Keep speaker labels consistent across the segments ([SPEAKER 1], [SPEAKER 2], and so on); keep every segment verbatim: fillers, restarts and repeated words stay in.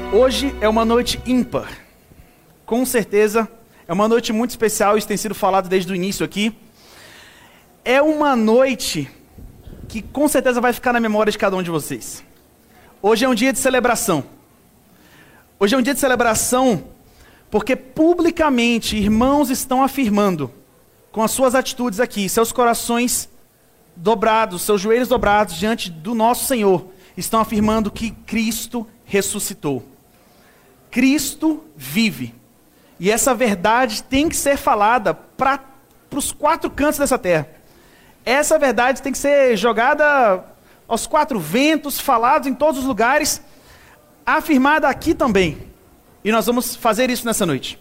[SPEAKER 1] Hoje é uma noite ímpar. Com certeza, é uma noite muito especial, isso tem sido falado desde o início aqui. É uma noite que com certeza vai ficar na memória de cada um de vocês. Hoje é um dia de celebração. Hoje é um dia de celebração porque publicamente irmãos estão afirmando, com as suas atitudes aqui, seus corações dobrados, seus joelhos dobrados diante do nosso Senhor, estão afirmando que Cristo ressuscitou. Cristo vive. E essa verdade tem que ser falada para os quatro cantos dessa terra. Essa verdade tem que ser jogada aos quatro ventos, falados em todos os lugares, afirmada aqui também. E nós vamos fazer isso nessa noite.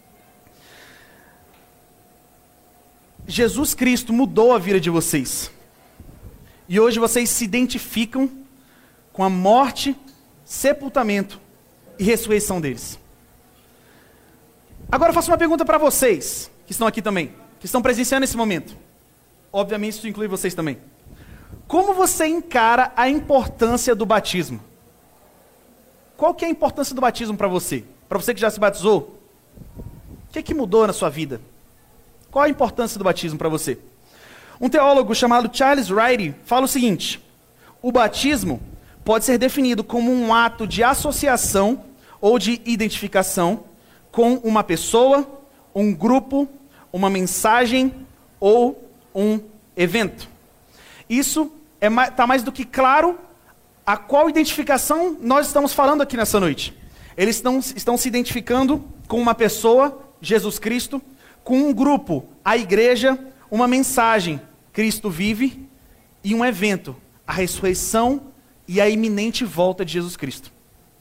[SPEAKER 1] Jesus Cristo mudou a vida de vocês. E hoje vocês se identificam com a morte, sepultamento e ressurreição deles. Agora eu faço uma pergunta para vocês, que estão aqui também, que estão presenciando esse momento. Obviamente isso inclui vocês também. Como você encara a importância do batismo? Qual que é a importância do batismo para você? Para você que já se batizou? O que é que mudou na sua vida? Qual a importância do batismo para você? Um teólogo chamado Charles Wright fala o seguinte: o batismo pode ser definido como um ato de associação ou de identificação com uma pessoa, um grupo, uma mensagem ou um evento. Isso está é mais, tá mais do que claro a qual identificação nós estamos falando aqui nessa noite. Eles estão, estão se identificando com uma pessoa, Jesus Cristo, com um grupo, a igreja, uma mensagem, Cristo vive, e um evento, a ressurreição e a iminente volta de Jesus Cristo.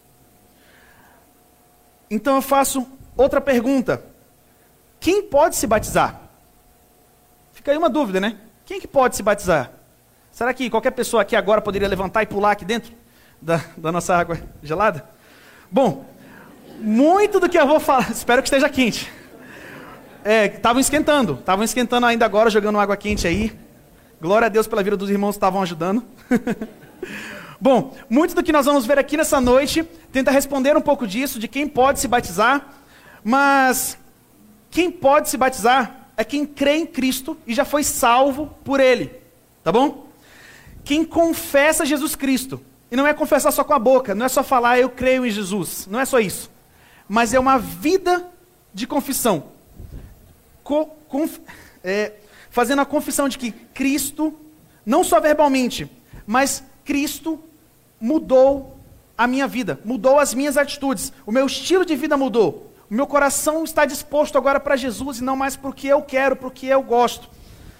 [SPEAKER 1] Então eu faço outra pergunta. Quem pode se batizar? Fica aí uma dúvida, né? Quem que pode se batizar? Será que qualquer pessoa aqui agora poderia levantar e pular aqui dentro da, da nossa água gelada? Bom, muito do que eu vou falar, espero que esteja quente. Estavam é, esquentando, estavam esquentando ainda agora, jogando água quente aí. Glória a Deus pela vida dos irmãos que estavam ajudando. Bom, muito do que nós vamos ver aqui nessa noite tenta responder um pouco disso, de quem pode se batizar, mas quem pode se batizar é quem crê em Cristo e já foi salvo por Ele, tá bom? Quem confessa Jesus Cristo, e não é confessar só com a boca, não é só falar eu creio em Jesus, não é só isso, mas é uma vida de confissão, Co, conf, é, fazendo a confissão de que Cristo, não só verbalmente, mas Cristo mudou a minha vida, mudou as minhas atitudes, o meu estilo de vida mudou, o meu coração está disposto agora para Jesus e não mais para o que eu quero, para o que eu gosto.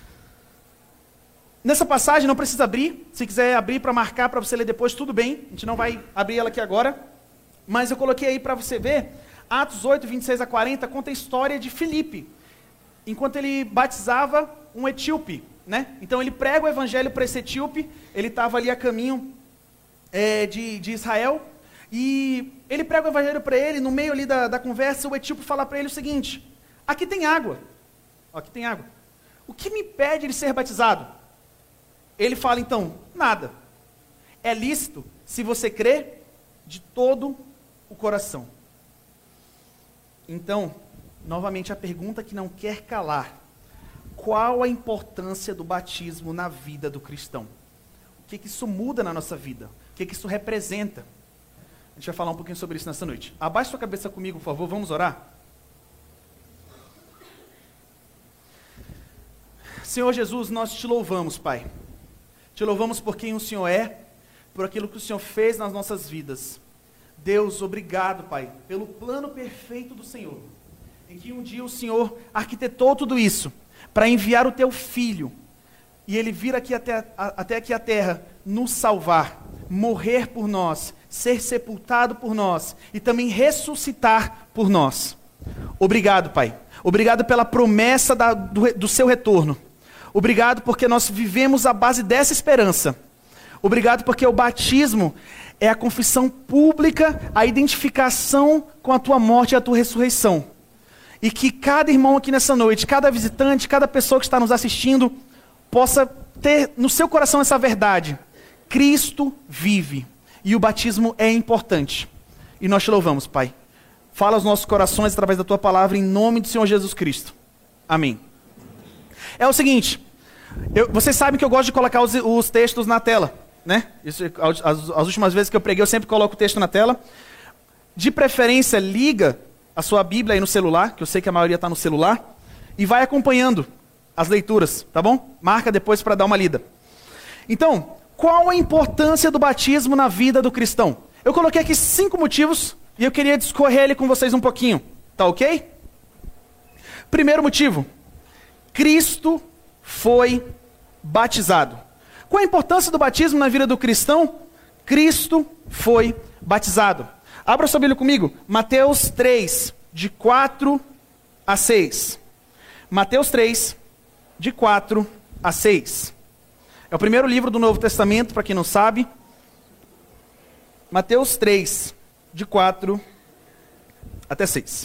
[SPEAKER 1] Nessa passagem, não precisa abrir, se quiser abrir para marcar, para você ler depois, tudo bem, a gente não vai abrir ela aqui agora, mas eu coloquei aí para você ver, Atos oito, vinte e seis a quarenta, conta a história de Filipe, enquanto ele batizava um etíope, né? Então ele prega o evangelho para esse etíope, ele estava ali a caminho é, de, de Israel, e ele prega o evangelho para ele, no meio ali da, da conversa, o etíope fala para ele o seguinte: aqui tem água, ó, aqui tem água, o que me impede de ser batizado? Ele fala então, nada, é lícito se você crê de todo o coração. Então, novamente a pergunta que não quer calar: qual a importância do batismo na vida do cristão? O que, que isso muda na nossa vida? O que, que isso representa? A gente vai falar um pouquinho sobre isso nessa noite. Abaixe sua cabeça comigo, por favor, vamos orar? Senhor Jesus, nós te louvamos, Pai. Te louvamos por quem o Senhor é, por aquilo que o Senhor fez nas nossas vidas. Deus, obrigado, Pai, pelo plano perfeito do Senhor, em que um dia o Senhor arquitetou tudo isso, para enviar o Teu Filho, e Ele vir aqui até, a, até aqui a terra, nos salvar, morrer por nós, ser sepultado por nós, e também ressuscitar por nós. Obrigado, Pai. Obrigado pela promessa da, do, do Seu retorno. Obrigado porque nós vivemos à base dessa esperança. Obrigado porque o batismo é a confissão pública, a identificação com a Tua morte e a Tua ressurreição. E que cada irmão aqui nessa noite, cada visitante, cada pessoa que está nos assistindo, possa ter no seu coração essa verdade. Cristo vive. E o batismo é importante. e nós te louvamos, Pai. Fala aos nossos corações através da tua palavra, em nome do Senhor Jesus Cristo. Amém. É o seguinte, eu, vocês sabem que eu gosto de colocar os, os textos na tela, né? Isso, as, as últimas vezes que eu preguei, eu sempre coloco o texto na tela. De preferência, liga a sua Bíblia aí no celular, que eu sei que a maioria está no celular, e vai acompanhando as leituras, tá bom? Marca depois para dar uma lida. Então, qual a importância do batismo na vida do cristão? Eu coloquei aqui cinco motivos e eu queria discorrer ele com vocês um pouquinho, tá ok? Primeiro motivo, Cristo foi batizado. Qual a importância do batismo na vida do cristão? Cristo foi batizado. Abra sua Bíblia comigo, Mateus três, de quatro a seis. Mateus três, de quatro a seis. É o primeiro livro do Novo Testamento, para quem não sabe. Mateus três, de quatro até seis.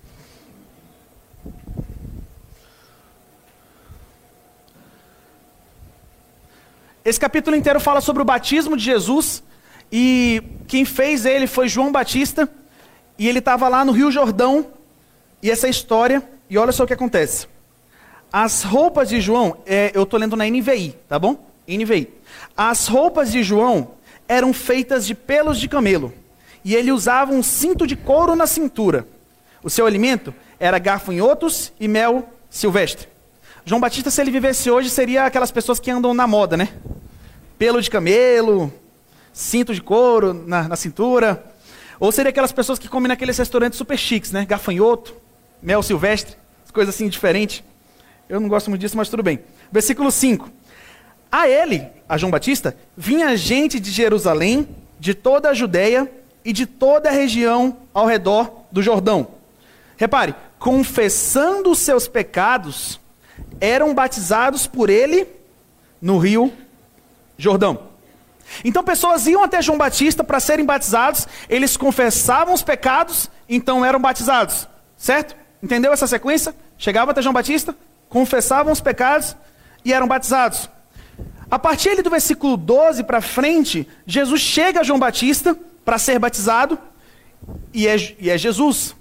[SPEAKER 1] Esse capítulo inteiro fala sobre o batismo de Jesus, e quem fez ele foi João Batista, e ele estava lá no Rio Jordão, e essa história, e olha só o que acontece. As roupas de João, é, eu estou lendo na N V I, tá bom? N V I. As roupas de João eram feitas de pelos de camelo, e ele usava um cinto de couro na cintura. O seu alimento era gafanhotos e mel silvestre. João Batista, se ele vivesse hoje, seria aquelas pessoas que andam na moda, né? Pelo de camelo, cinto de couro na, na cintura. Ou seria aquelas pessoas que comem naqueles restaurantes super chiques, né? Gafanhoto, mel silvestre, coisas assim diferentes. Eu não gosto muito disso, mas tudo bem. Versículo cinco. A ele, a João Batista, vinha gente de Jerusalém, de toda a Judéia e de toda a região ao redor do Jordão. Repare, confessando os seus pecados, eram batizados por ele no Rio Jordão. Então pessoas iam até João Batista para serem batizados, eles confessavam os pecados, então eram batizados. Certo? Entendeu essa sequência? Chegavam até João Batista, confessavam os pecados e eram batizados. A partir do versículo doze para frente, Jesus chega a João Batista para ser batizado, e é, e é Jesus.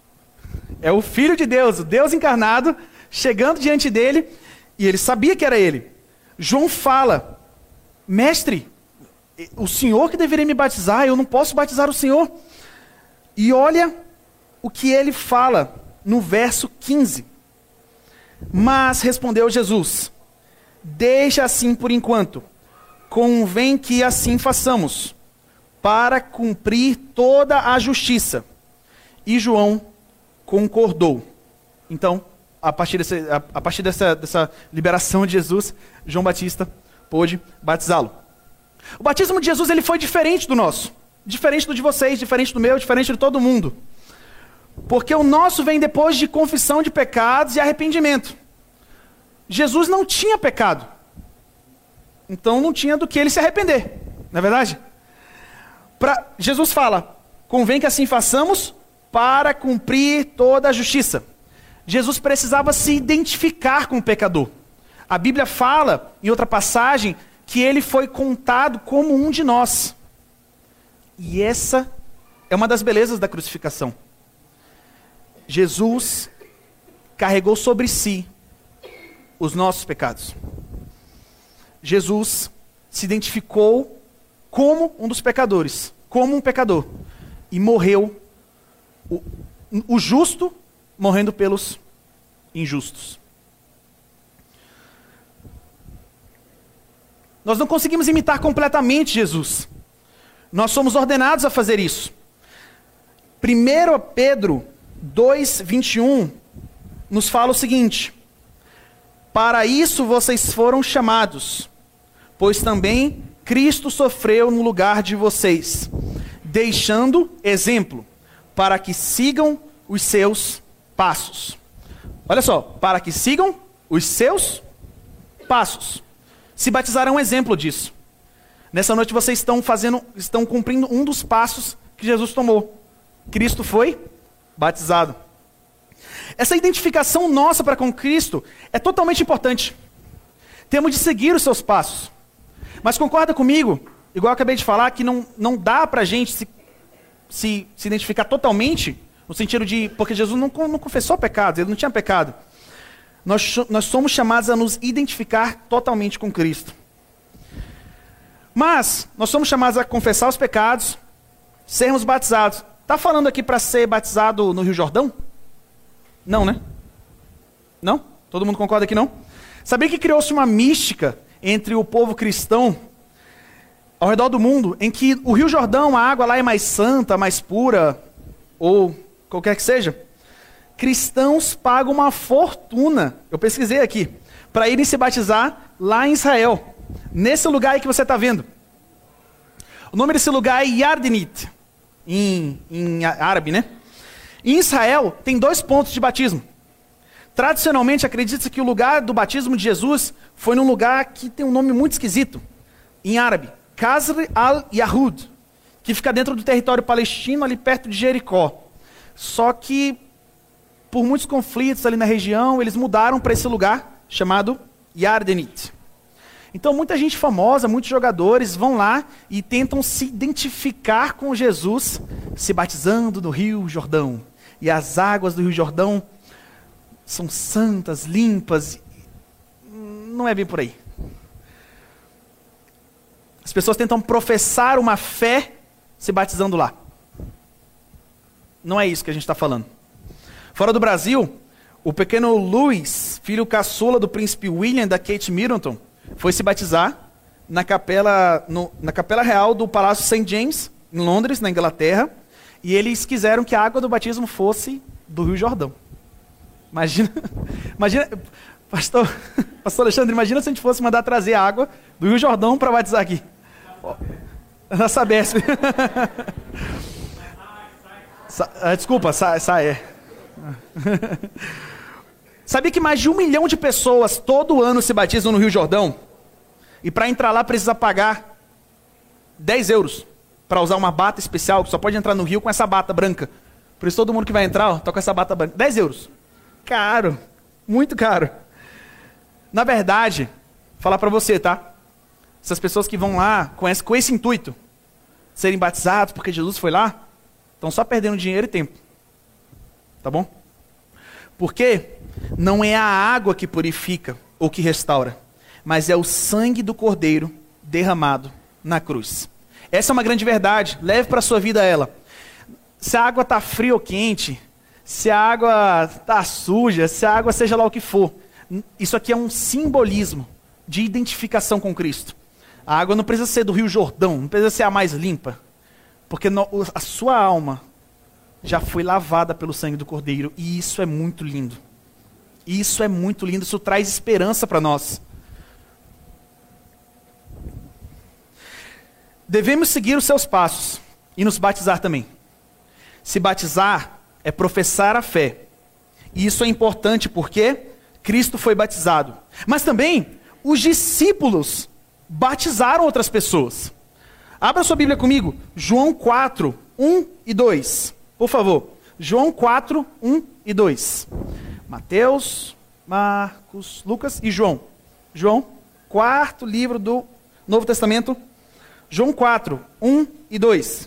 [SPEAKER 1] É o Filho de Deus, o Deus encarnado, chegando diante dele, e ele sabia que era ele. João fala, mestre, o Senhor que deveria me batizar, eu não posso batizar o Senhor. E olha o que ele fala no verso quinze. Mas respondeu Jesus, deixa assim por enquanto, convém que assim façamos, para cumprir toda a justiça. E João concordou. Então, a partir, desse, a, a partir dessa, dessa liberação de Jesus, João Batista pôde batizá-lo. O batismo de Jesus ele foi diferente do nosso, diferente do de vocês, diferente do meu, diferente de todo mundo. Porque o nosso vem depois de confissão de pecados e arrependimento. Jesus não tinha pecado. Então não tinha do que ele se arrepender. Não é verdade? Pra, Jesus fala, convém que assim façamos para cumprir toda a justiça. Jesus precisava se identificar com o pecador. A Bíblia fala, em outra passagem, que ele foi contado como um de nós. E essa é uma das belezas da crucificação. Jesus carregou sobre si os nossos pecados. Jesus se identificou como um dos pecadores, como um pecador, e morreu, o, o justo morrendo pelos injustos. Nós não conseguimos imitar completamente Jesus. Nós somos ordenados a fazer isso. primeiro Pedro dois, vinte e um nos fala o seguinte: para isso vocês foram chamados, pois também Cristo sofreu no lugar de vocês, deixando exemplo, para que sigam os seus passos. Olha só, para que sigam os seus passos. Se batizar é um exemplo disso. Nessa noite vocês estão fazendo, estão cumprindo um dos passos que Jesus tomou. Cristo foi batizado. Essa identificação nossa para com Cristo é totalmente importante. Temos de seguir os seus passos. Mas concorda comigo, igual eu acabei de falar, que não, não dá para a gente se se, se identificar totalmente, no sentido de, porque Jesus não, não confessou pecados, ele não tinha pecado. Nós, nós somos chamados a nos identificar totalmente com Cristo. Mas, nós somos chamados a confessar os pecados, sermos batizados. Está falando aqui para ser batizado no Rio Jordão? Não, né? Não? Todo mundo concorda que não? Sabia que criou-se uma mística entre o povo cristão ao redor do mundo, em que o Rio Jordão, a água lá é mais santa, mais pura, ou qualquer que seja. Cristãos pagam uma fortuna, eu pesquisei aqui, para irem se batizar lá em Israel, nesse lugar aí que você está vendo. O nome desse lugar é Yardenit, em, em árabe, né? Em Israel tem dois pontos de batismo. Tradicionalmente acredita-se que o lugar do batismo de Jesus foi num lugar que tem um nome muito esquisito, em árabe, Qasr al-Yahud, que fica dentro do território palestino, ali perto de Jericó. Só que, por muitos conflitos ali na região, eles mudaram para esse lugar chamado Yardenit. Então, muita gente famosa, muitos jogadores vão lá e tentam se identificar com Jesus, se batizando no Rio Jordão. E as águas do Rio Jordão são santas, limpas. Não é bem por aí. As pessoas tentam professar uma fé se batizando lá. Não é isso que a gente está falando. Fora do Brasil, o pequeno Louis, filho caçula do príncipe William da Kate Middleton, foi se batizar na capela, no, na capela real do Palácio Saint James, em Londres, na Inglaterra, e eles quiseram que a água do batismo fosse do Rio Jordão. Imagina, imagina pastor, pastor Alexandre, imagina se a gente fosse mandar trazer água do Rio Jordão para batizar aqui. Na Sabesp. Sa, desculpa, sai, sai. É. Sabia que mais de um milhão de pessoas todo ano se batizam no Rio Jordão? E para entrar lá precisa pagar dez euros para usar uma bata especial, que só pode entrar no rio com essa bata branca. Por isso todo mundo que vai entrar, ó, tá com essa bata branca. dez euros. Caro. Muito caro. Na verdade, falar para você, tá? Essas pessoas que vão lá com esse, com esse intuito, serem batizados porque Jesus foi lá, estão só perdendo dinheiro e tempo. Tá bom? Porque não é a água que purifica ou que restaura, mas é o sangue do Cordeiro derramado na cruz. Essa é uma grande verdade. Leve para a sua vida ela. Se a água está fria ou quente, se a água está suja, se a água seja lá o que for, isso aqui é um simbolismo de identificação com Cristo. A água não precisa ser do Rio Jordão, não precisa ser a mais limpa, porque no, a sua alma já foi lavada pelo sangue do Cordeiro, e isso é muito lindo. Isso é muito lindo, isso traz esperança para nós. Devemos seguir os seus passos e nos batizar também. Se batizar é professar a fé. E isso é importante porque Cristo foi batizado. Mas também os discípulos batizaram outras pessoas. Abra sua Bíblia comigo, João quatro, um e dois. Por favor, João quatro, um e dois. Mateus, Marcos, Lucas e João. João, quarto livro do Novo Testamento. João quatro, um e dois.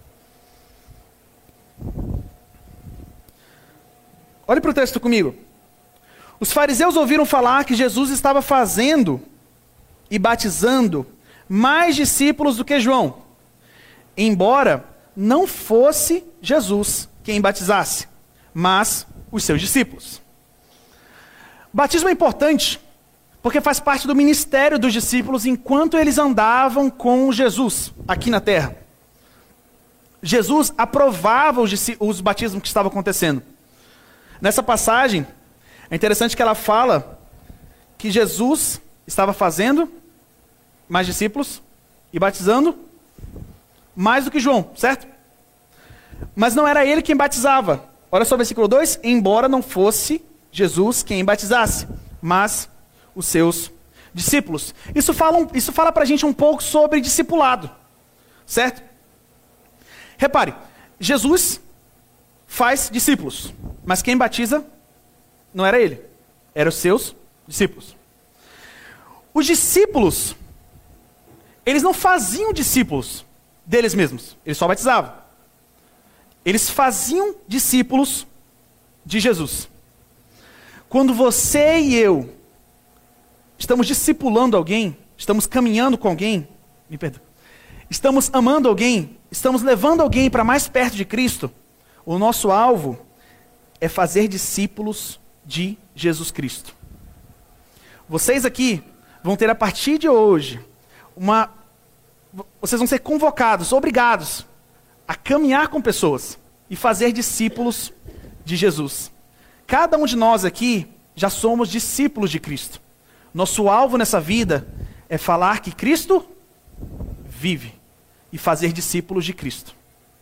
[SPEAKER 1] Olhe para o texto comigo. Os fariseus ouviram falar que Jesus estava fazendo e batizando mais discípulos do que João, embora não fosse Jesus quem batizasse, mas os seus discípulos. Batismo é importante porque faz parte do ministério dos discípulos enquanto eles andavam com Jesus aqui na terra. Jesus aprovava os, os batismos que estavam acontecendo. Nessa passagem, é interessante que ela fala que Jesus estava fazendo mais discípulos e batizando mais do que João, certo? Mas não era ele quem batizava. Olha só o versículo dois. Embora não fosse Jesus quem batizasse, mas os seus discípulos. Isso fala, isso fala pra gente um pouco sobre discipulado, certo? Repare, Jesus faz discípulos, mas quem batiza não era ele, eram os seus discípulos. Os discípulos, eles não faziam discípulos deles mesmos, eles só batizavam. Eles faziam discípulos de Jesus. Quando você e eu estamos discipulando alguém, estamos caminhando com alguém, me perdoa, estamos amando alguém, estamos levando alguém para mais perto de Cristo, o nosso alvo é fazer discípulos de Jesus Cristo. Vocês aqui vão ter a partir de hoje, uma, vocês vão ser convocados, obrigados a caminhar com pessoas e fazer discípulos de Jesus. Cada um de nós aqui já somos discípulos de Cristo. Nosso alvo nessa vida é falar que Cristo vive e fazer discípulos de Cristo.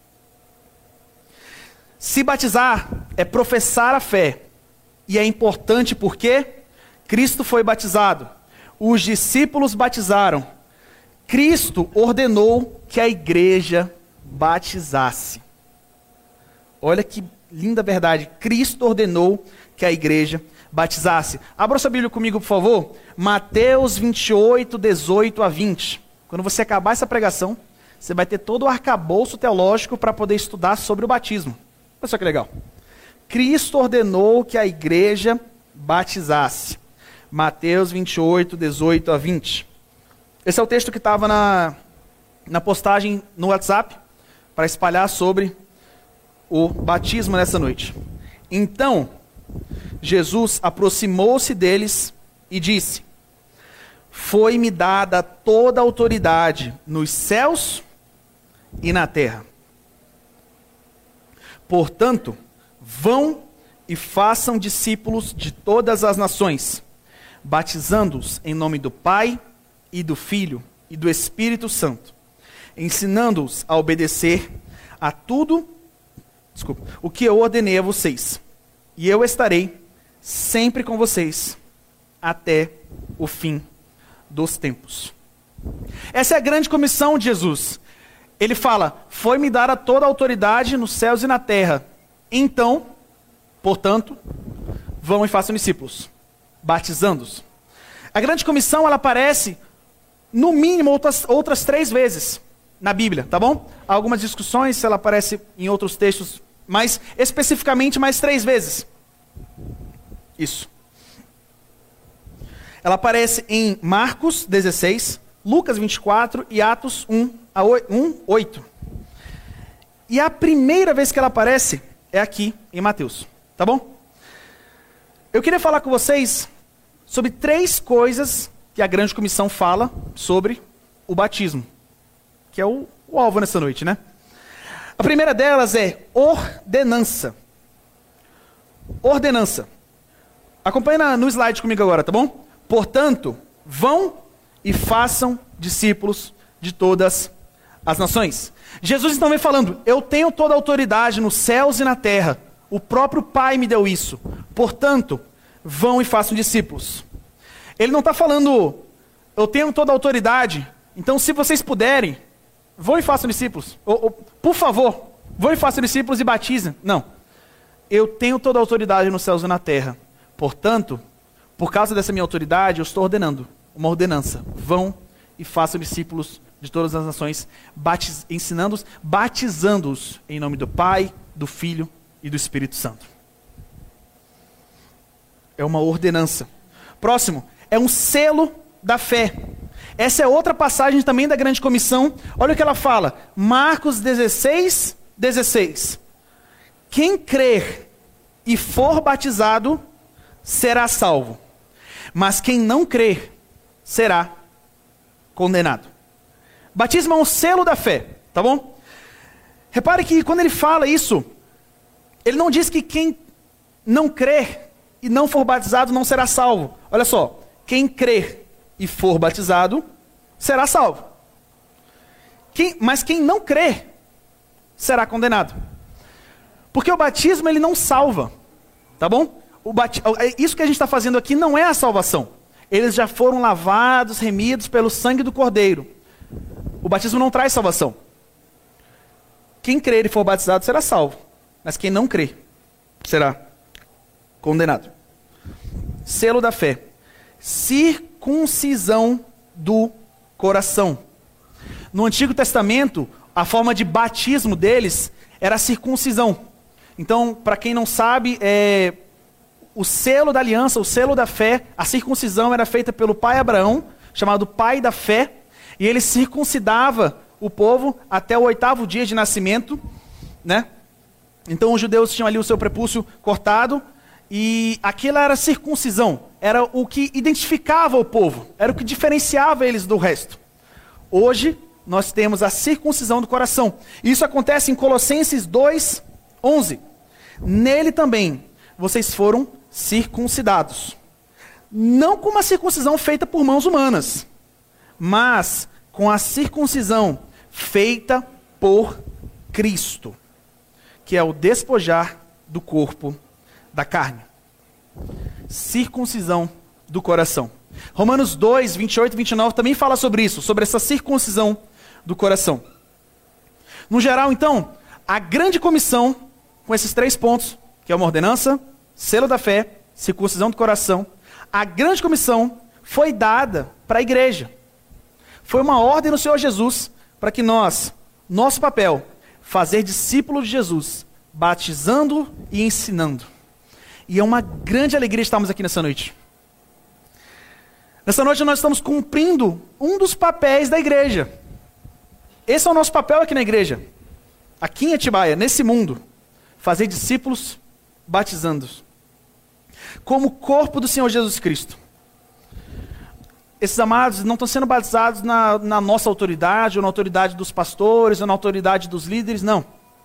[SPEAKER 1] Se batizar é professar a fé, e é importante porque Cristo foi batizado, os discípulos batizaram, Cristo ordenou que a igreja batizasse. Olha que linda verdade, Cristo ordenou que a igreja batizasse. Abra sua Bíblia comigo, por favor, Mateus vinte e oito, dezoito a vinte. Quando você acabar essa pregação, você vai ter todo o arcabouço teológico para poder estudar sobre o batismo. Olha só que legal. Cristo ordenou que a igreja batizasse. Mateus vinte e oito, dezoito a vinte. Esse é o texto que estava na, na postagem no WhatsApp, para espalhar sobre o batismo nessa noite. Então, Jesus aproximou-se deles e disse: foi-me dada toda a autoridade nos céus e na terra. Portanto, vão e façam discípulos de todas as nações, batizando-os em nome do Pai e do Filho e do Espírito Santo, ensinando-os a obedecer a tudo, desculpa, o que eu ordenei a vocês. E eu estarei sempre com vocês até o fim dos tempos. Essa é a grande comissão de Jesus. Ele fala: foi-me dada toda a autoridade nos céus e na terra. Então, portanto, vão e façam discípulos, batizando-os. A grande comissão, ela aparece, no mínimo, outras, outras três vezes na Bíblia, tá bom? Há algumas discussões se ela aparece em outros textos, mas especificamente mais três vezes. Isso. Ela aparece em Marcos dezesseis, Lucas vinte e quatro e Atos um, oito. E a primeira vez que ela aparece é aqui em Mateus, tá bom? Eu queria falar com vocês sobre três coisas que a grande comissão fala sobre o batismo, que é o, o alvo nessa noite, né? A primeira delas é ordenança. Ordenança. Acompanhe na, no slide comigo agora, tá bom? Portanto, vão e façam discípulos de todas as nações. Jesus então vem falando: eu tenho toda a autoridade nos céus e na terra. O próprio Pai me deu isso. Portanto, vão e façam discípulos. Ele não está falando: eu tenho toda a autoridade, então se vocês puderem, vão e façam discípulos. Ou, ou, por favor, vão e façam discípulos e batizem. Não. Eu tenho toda a autoridade nos céus e na terra. Portanto, por causa dessa minha autoridade, eu estou ordenando uma ordenança: vão e façam discípulos de todas as nações, batiz, ensinando-os, batizando-os em nome do Pai, do Filho e do Espírito Santo. É uma ordenança. Próximo, é um selo da fé. Essa é outra passagem também da grande comissão. Olha o que ela fala, Marcos dezesseis, dezesseis. Quem crer e for batizado será salvo, mas quem não crer será condenado. Batismo é um selo da fé, tá bom? Repare que quando ele fala isso, ele não diz que quem não crer e não for batizado não será salvo. Olha só, quem crer e for batizado será salvo. Quem, mas quem não crer será condenado. Porque o batismo ele não salva, tá bom? O bat... Isso que a gente está fazendo aqui não é a salvação. Eles já foram lavados, remidos pelo sangue do Cordeiro. O batismo não traz salvação. Quem crer e for batizado será salvo, mas quem não crer será condenado. Selo da fé. Circuncisão do coração. No Antigo Testamento, a forma de batismo deles era a circuncisão. Então, para quem não sabe, é, o selo da aliança, o selo da fé, a circuncisão era feita pelo pai Abraão, chamado pai da fé, e ele circuncidava o povo até o oitavo dia de nascimento, né? Então os judeus tinham ali o seu prepúcio cortado, e aquilo era circuncisão, era o que identificava o povo, era o que diferenciava eles do resto. Hoje, nós temos a circuncisão do coração. Isso acontece em Colossenses dois, onze. Nele também, vocês foram circuncidados. Não com uma circuncisão feita por mãos humanas, mas com a circuncisão feita por Cristo, que é o despojar do corpo da carne. Circuncisão do coração. Romanos dois, vinte e oito e vinte e nove também fala sobre isso, sobre essa circuncisão do coração. No geral, então, a grande comissão, com esses três pontos, que é uma ordenança, selo da fé, circuncisão do coração, a grande comissão foi dada para a igreja. Foi uma ordem do Senhor Jesus para que nós, nosso papel, fazer discípulos de Jesus, batizando e ensinando. E é uma grande alegria estarmos aqui nessa noite. Nessa noite nós estamos cumprindo um dos papéis da igreja. Esse é o nosso papel aqui na igreja. Aqui em Atibaia, nesse mundo. Fazer discípulos, batizando-os. Como corpo do Senhor Jesus Cristo. Esses amados não estão sendo batizados na, na nossa autoridade, ou na autoridade dos pastores, ou na autoridade dos líderes, não.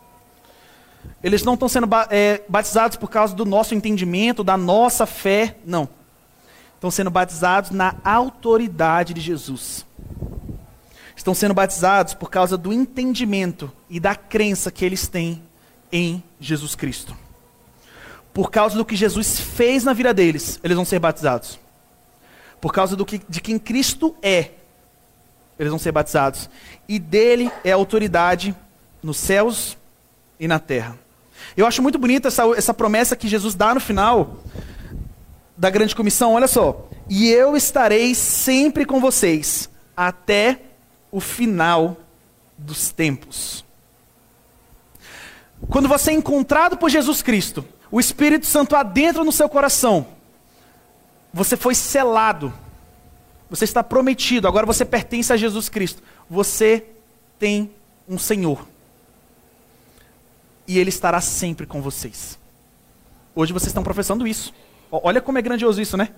[SPEAKER 1] Eles não estão sendo é, batizados por causa do nosso entendimento, da nossa fé, não. Estão sendo batizados na autoridade de Jesus. Estão sendo batizados por causa do entendimento e da crença que eles têm em Jesus Cristo. Por causa do que Jesus fez na vida deles, eles vão ser batizados. Por causa do que, de quem Cristo é, eles vão ser batizados. E dele é a autoridade nos céus e na terra. Eu acho muito bonita essa, essa promessa que Jesus dá no final da grande comissão. Olha só. E eu estarei sempre com vocês até o final dos tempos. Quando você é encontrado por Jesus Cristo, o Espírito Santo adentra no seu coração, você foi selado, você está prometido, agora você pertence a Jesus Cristo. Você tem um Senhor. E Ele estará sempre com vocês. Hoje vocês estão professando isso. Olha como é grandioso isso, né?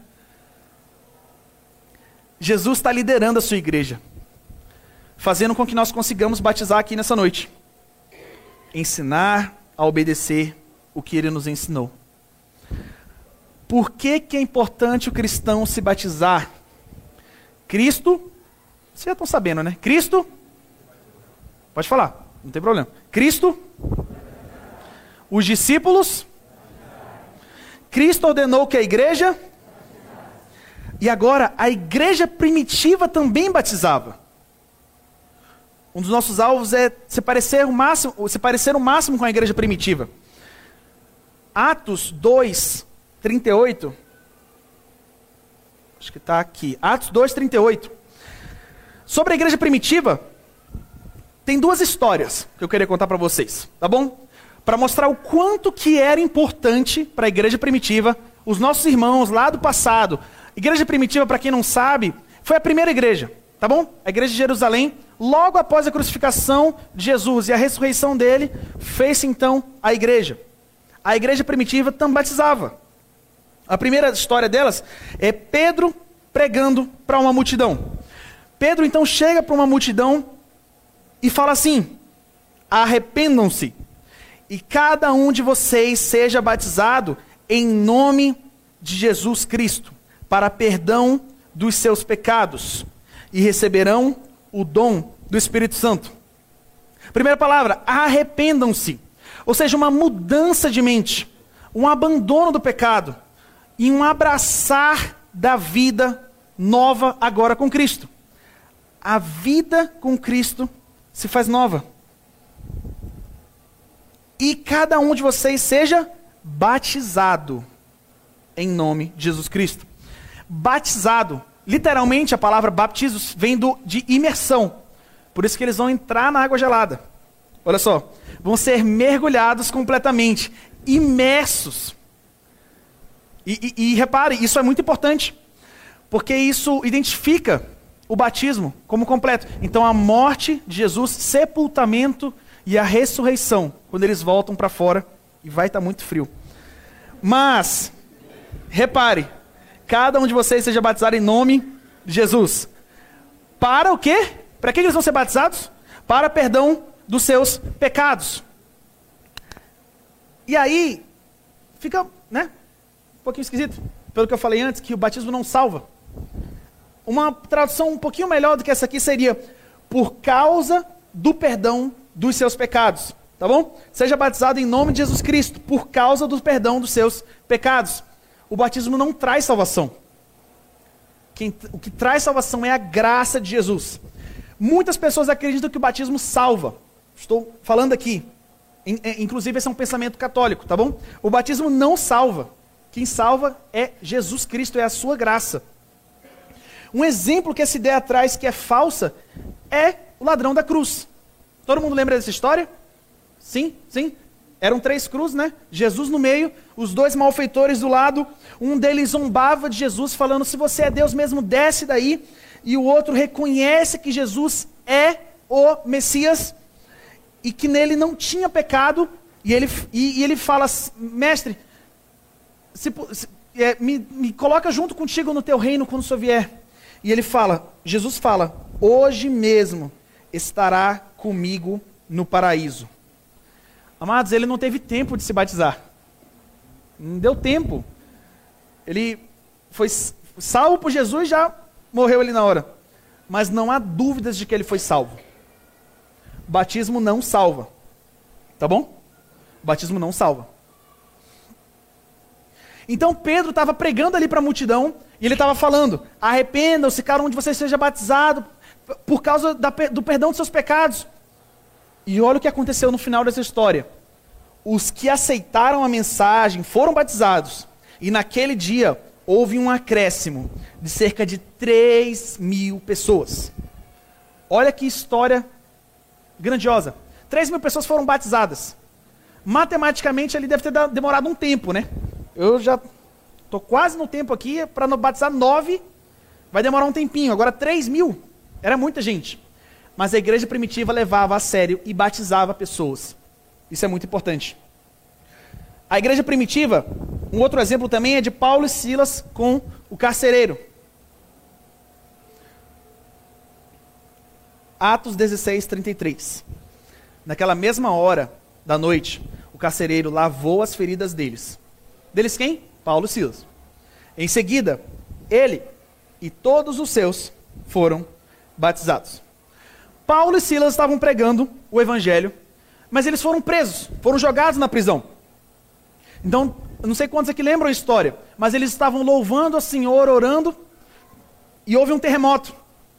[SPEAKER 1] Jesus está liderando a sua igreja, fazendo com que nós consigamos batizar aqui nessa noite. Ensinar a obedecer o que Ele nos ensinou. Por que que é importante o cristão se batizar? Cristo, vocês já estão sabendo, né? Cristo, pode falar, não tem problema. Cristo, os discípulos, Cristo ordenou que a igreja, e agora a igreja primitiva também batizava. Um dos nossos alvos é se parecer o máximo, se parecer o máximo com a igreja primitiva. Atos dois, trinta e oito. Acho que está aqui. Atos dois, trinta e oito. Sobre a igreja primitiva, tem duas histórias que eu queria contar para vocês, tá bom? Para mostrar o quanto que era importante para a igreja primitiva, os nossos irmãos lá do passado. Igreja primitiva, para quem não sabe, foi a primeira igreja, tá bom? A igreja de Jerusalém, logo após a crucificação de Jesus e a ressurreição dele, fez-se então a igreja. A igreja primitiva também batizava. A primeira história delas é Pedro pregando para uma multidão. Pedro então chega para uma multidão e fala assim: arrependam-se e cada um de vocês seja batizado em nome de Jesus Cristo, para perdão dos seus pecados, e receberão o dom do Espírito Santo. Primeira palavra, arrependam-se. Ou seja, uma mudança de mente, um abandono do pecado e um abraçar da vida nova agora com Cristo. A vida com Cristo se faz nova. E cada um de vocês seja batizado em nome de Jesus Cristo. Batizado, literalmente a palavra batismo vem do, de imersão. Por isso que eles vão entrar na água gelada. Olha só, vão ser mergulhados completamente, imersos. E, e, e repare, isso é muito importante, porque isso identifica o batismo como completo. Então a morte de Jesus, sepultamento e a ressurreição, quando eles voltam para fora, e vai estar muito frio. Mas, repare, cada um de vocês seja batizado em nome de Jesus. Para o quê? Para que eles vão ser batizados? Para perdão dos seus pecados. E aí, fica, né, um pouquinho esquisito, pelo que eu falei antes, que o batismo não salva. Uma tradução um pouquinho melhor do que essa aqui seria, por causa do perdão dos seus pecados. Tá bom? Seja batizado em nome de Jesus Cristo, por causa do perdão dos seus pecados. O batismo não traz salvação. Quem, o que traz salvação é a graça de Jesus. Muitas pessoas acreditam que o batismo salva. Estou falando aqui. Inclusive, esse é um pensamento católico, tá bom? O batismo não salva. Quem salva é Jesus Cristo, é a sua graça. Um exemplo que essa ideia traz que é falsa é o ladrão da cruz. Todo mundo lembra dessa história? Sim, sim. Eram três cruzes, né? Jesus no meio, os dois malfeitores do lado. Um deles zombava de Jesus, falando, se você é Deus mesmo, desce daí. E o outro reconhece que Jesus é o Messias e que nele não tinha pecado. E ele, e, e ele fala, mestre, se, se, é, me, me coloca junto contigo no teu reino quando o Senhor vier. E ele fala, Jesus fala, hoje mesmo estará comigo no paraíso. Amados, ele não teve tempo de se batizar. Não deu tempo. Ele foi salvo por Jesus e já morreu ali na hora. Mas não há dúvidas de que ele foi salvo. O batismo não salva. Tá bom? O batismo não salva. Então Pedro estava pregando ali para a multidão e ele estava falando, arrependam-se, cada um de vocês seja batizado por causa da, do perdão dos seus pecados. E olha o que aconteceu no final dessa história. Os que aceitaram a mensagem foram batizados. E naquele dia houve um acréscimo de cerca de três mil pessoas. Olha que história grandiosa. três mil pessoas foram batizadas. Matematicamente ali deve ter demorado um tempo, né? Eu já estou quase no tempo aqui, para batizar nove, vai demorar um tempinho. Agora três mil, era muita gente. Mas a igreja primitiva levava a sério e batizava pessoas. Isso é muito importante. A igreja primitiva, um outro exemplo também é de Paulo e Silas com o carcereiro. Atos dezesseis, trinta e três. Naquela mesma hora da noite, o carcereiro lavou as feridas deles. Deles quem? Paulo e Silas. Em seguida, ele e todos os seus foram batizados. Paulo e Silas estavam pregando o evangelho, mas eles foram presos, foram jogados na prisão. Então, eu não sei quantos aqui lembram a história, mas eles estavam louvando ao Senhor, orando, e houve um terremoto.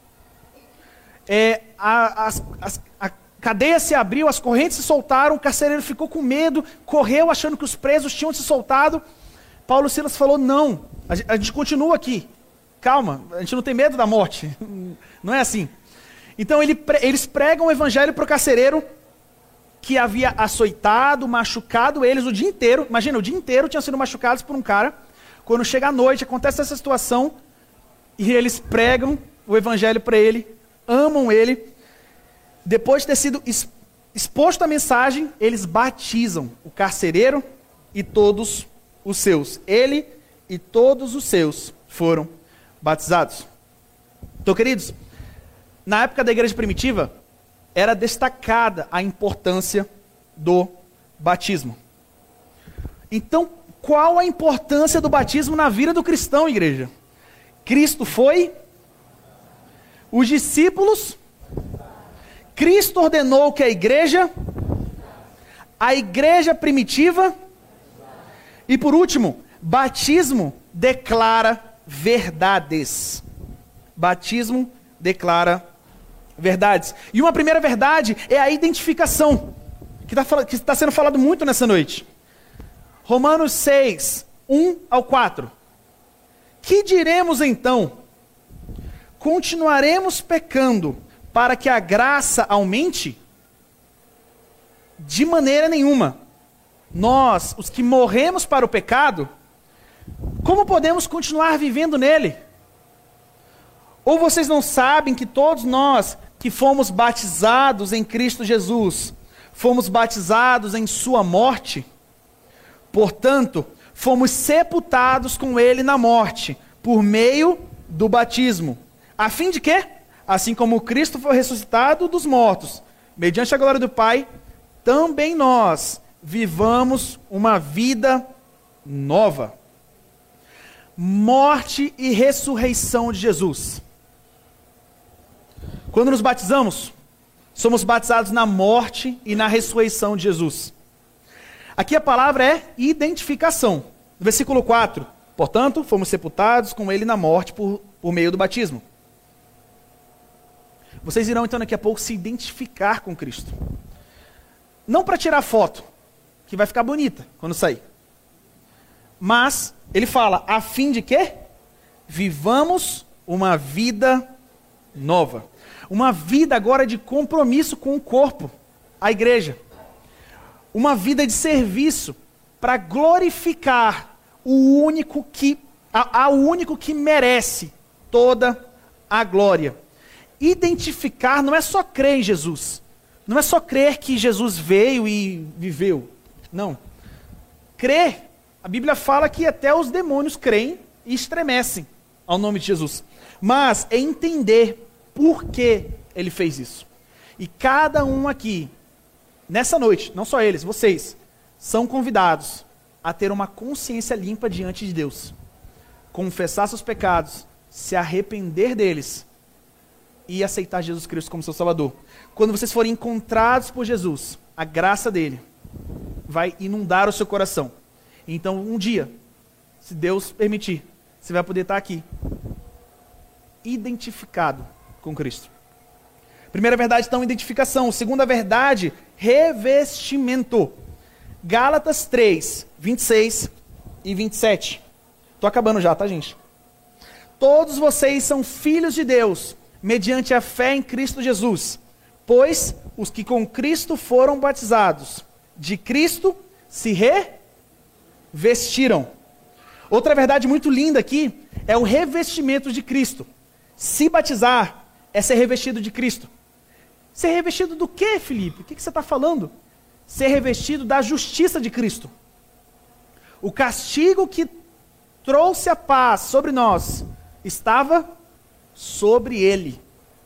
[SPEAKER 1] É, a, a, a, a cadeia se abriu, as correntes se soltaram, o carcereiro ficou com medo, correu achando que os presos tinham se soltado. Paulo e Silas falou, não, a, a gente continua aqui, calma, a gente não tem medo da morte, não é assim. Então ele, eles pregam o evangelho para o carcereiro, que havia açoitado, machucado eles o dia inteiro. Imagina, o dia inteiro tinham sido machucados por um cara. Quando chega a noite, acontece essa situação, e eles pregam o evangelho para ele, amam ele. Depois de ter sido exposto a mensagem, eles batizam o carcereiro e todos os seus. Ele e todos os seus foram batizados. Então, queridos, na época da igreja primitiva, era destacada a importância do batismo. Então, qual a importância do batismo na vida do cristão, igreja? Cristo foi, os discípulos, Cristo ordenou que a igreja, a igreja primitiva, e por último, batismo declara verdades. Batismo declara verdades. E uma primeira verdade é a identificação, que está que tá sendo falado muito nessa noite. Romanos seis, um ao quatro. Que diremos então? Continuaremos pecando para que a graça aumente? De maneira nenhuma. Nós, os que morremos para o pecado, como podemos continuar vivendo nele? Ou vocês não sabem que todos nós que fomos batizados em Cristo Jesus, fomos batizados em sua morte? Portanto, fomos sepultados com ele na morte, por meio do batismo. A fim de quê? Assim como Cristo foi ressuscitado dos mortos, mediante a glória do Pai, também nós vivamos uma vida nova. Morte e ressurreição de Jesus. Quando nos batizamos, somos batizados na morte e na ressurreição de Jesus. Aqui a palavra é identificação. No versículo quatro, portanto, fomos sepultados com ele na morte por, por meio do batismo. Vocês irão então daqui a pouco se identificar com Cristo. Não para tirar foto, que vai ficar bonita quando sair. Mas ele fala, a fim de quê? Vivamos uma vida nova. Uma vida agora de compromisso com o corpo, a igreja. Uma vida de serviço para glorificar o único que, a, a único que merece toda a glória. Identificar não é só crer em Jesus. Não é só crer que Jesus veio e viveu. Não. Crer, a Bíblia fala que até os demônios creem e estremecem ao nome de Jesus. Mas é entender por que ele fez isso. E cada um aqui, nessa noite, não só eles, vocês, são convidados a ter uma consciência limpa diante de Deus. Confessar seus pecados, se arrepender deles e aceitar Jesus Cristo como seu Salvador. Quando vocês forem encontrados por Jesus, a graça dele vai inundar o seu coração. Então, um dia, se Deus permitir, você vai poder estar aqui, identificado com Cristo. Primeira verdade, então, identificação. Segunda verdade, revestimento. Gálatas três, vinte e seis e vinte e sete. Estou acabando já, tá, gente? Todos vocês são filhos de Deus, mediante a fé em Cristo Jesus. Pois os que com Cristo foram batizados, de Cristo se revestiram. Outra verdade muito linda aqui é o revestimento de Cristo. Se batizar é ser revestido de Cristo. Ser revestido do quê, Felipe? O que você está falando? Ser revestido da justiça de Cristo. O castigo que trouxe a paz sobre nós estava sobre ele.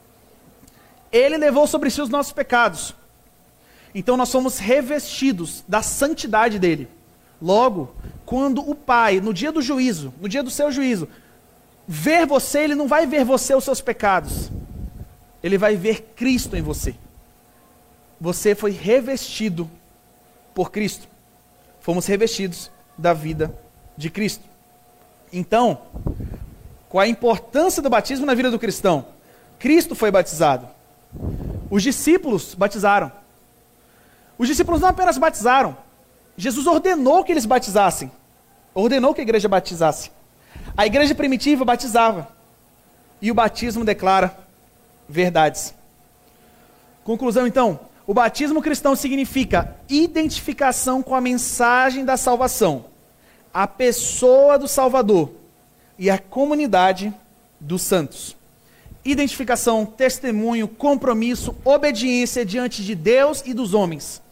[SPEAKER 1] Ele levou sobre si os nossos pecados. Então nós somos revestidos da santidade dele. Logo, quando o Pai, no dia do juízo, no dia do seu juízo, ver você, ele não vai ver você os seus pecados. Ele vai ver Cristo em você. Você foi revestido por Cristo. Fomos revestidos da vida de Cristo. Então, qual a importância do batismo na vida do cristão? Cristo foi batizado. Os discípulos batizaram. Os discípulos não apenas batizaram. Jesus ordenou que eles batizassem. Ordenou que a igreja batizasse. A igreja primitiva batizava. E o batismo declara verdades. Conclusão, então. O batismo cristão significa identificação com a mensagem da salvação, a pessoa do Salvador e a comunidade dos santos. Identificação, testemunho, compromisso, obediência diante de Deus e dos homens.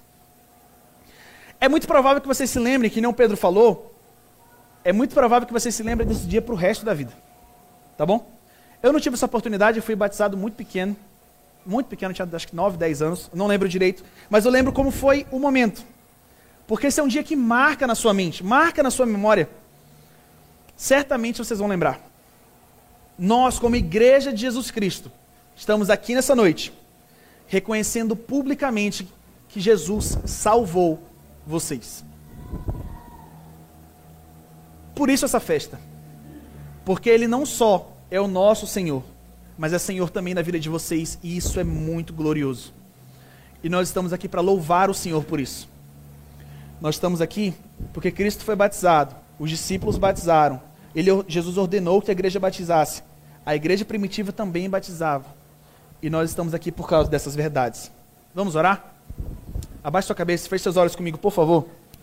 [SPEAKER 1] É muito provável que você se lembre, que nem o Pedro falou, é muito provável que você se lembre desse dia para o resto da vida. Tá bom? Eu não tive essa oportunidade, eu fui batizado muito pequeno. Muito pequeno, tinha acho que nove, dez anos, não lembro direito, mas eu lembro como foi o momento. Porque esse é um dia que marca na sua mente, marca na sua memória. Certamente vocês vão lembrar. Nós, como Igreja de Jesus Cristo, estamos aqui nessa noite, reconhecendo publicamente que Jesus salvou vocês. Por isso essa festa. Porque Ele não só é o nosso Senhor, mas é Senhor também na vida de vocês, e isso é muito glorioso. E nós estamos aqui para louvar o Senhor por isso. Nós estamos aqui porque Cristo foi batizado, os discípulos batizaram, Ele, Jesus ordenou que a igreja batizasse, a igreja primitiva também batizava. E nós estamos aqui por causa dessas verdades. Vamos orar? Abaixe sua cabeça, feche seus olhos comigo, por favor.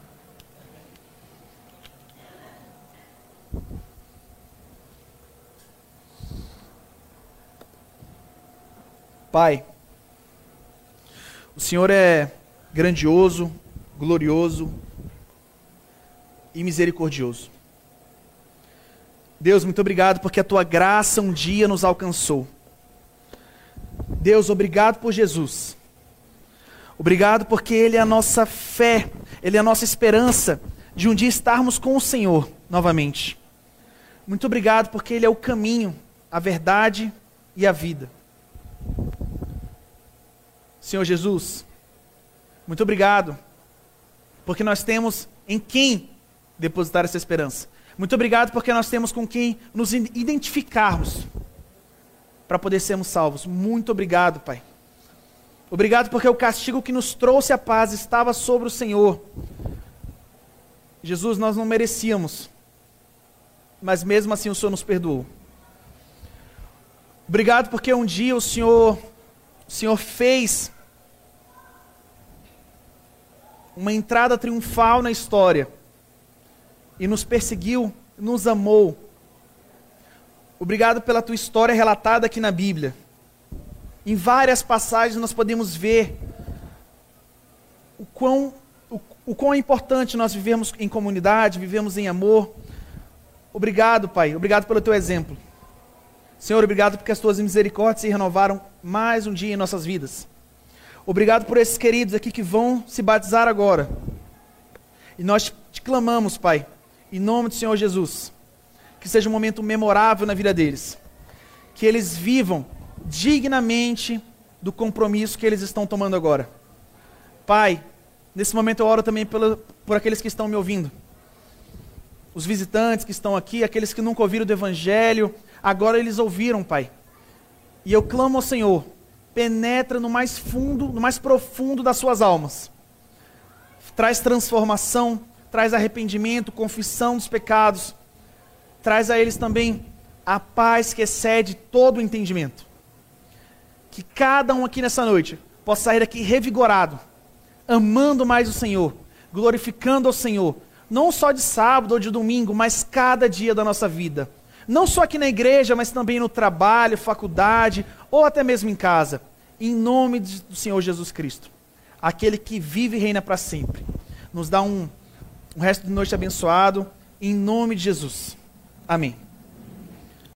[SPEAKER 1] Pai, o Senhor é grandioso, glorioso e misericordioso. Deus, muito obrigado porque a Tua graça um dia nos alcançou. Deus, obrigado por Jesus. Obrigado porque Ele é a nossa fé, Ele é a nossa esperança de um dia estarmos com o Senhor novamente. Muito obrigado porque Ele é o caminho, a verdade e a vida. Senhor Jesus, muito obrigado porque nós temos em quem depositar essa esperança. Muito obrigado porque nós temos com quem nos identificarmos para poder sermos salvos. Muito obrigado, Pai. Obrigado porque o castigo que nos trouxe a paz estava sobre o Senhor. Jesus, nós não merecíamos, mas mesmo assim o Senhor nos perdoou. Obrigado porque um dia o Senhor, o Senhor fez uma entrada triunfal na história e nos perseguiu, nos amou. Obrigado pela tua história relatada aqui na Bíblia. Em várias passagens nós podemos ver o quão, o, o quão é importante nós vivemos em comunidade, vivemos em amor. Obrigado, Pai, obrigado pelo teu exemplo. Senhor, obrigado porque as tuas misericórdias se renovaram mais um dia em nossas vidas. Obrigado por esses queridos aqui que vão se batizar agora. E nós te clamamos, Pai, em nome do Senhor Jesus, que seja um momento memorável na vida deles. Que eles vivam dignamente do compromisso que eles estão tomando agora. Pai, nesse momento eu oro também pelo, por aqueles que estão me ouvindo. Os visitantes que estão aqui, aqueles que nunca ouviram do Evangelho, agora eles ouviram, Pai. E eu clamo ao Senhor, penetra no mais fundo, no mais profundo das suas almas. Traz transformação, traz arrependimento, confissão dos pecados. Traz a eles também a paz que excede todo o entendimento. Que cada um aqui nessa noite possa sair daqui revigorado, amando mais o Senhor, glorificando ao Senhor, não só de sábado ou de domingo, mas cada dia da nossa vida. Não só aqui na igreja, mas também no trabalho, faculdade, ou até mesmo em casa. Em nome do Senhor Jesus Cristo. Aquele que vive e reina para sempre. Nos dá um, um resto de noite abençoado. Em nome de Jesus. Amém.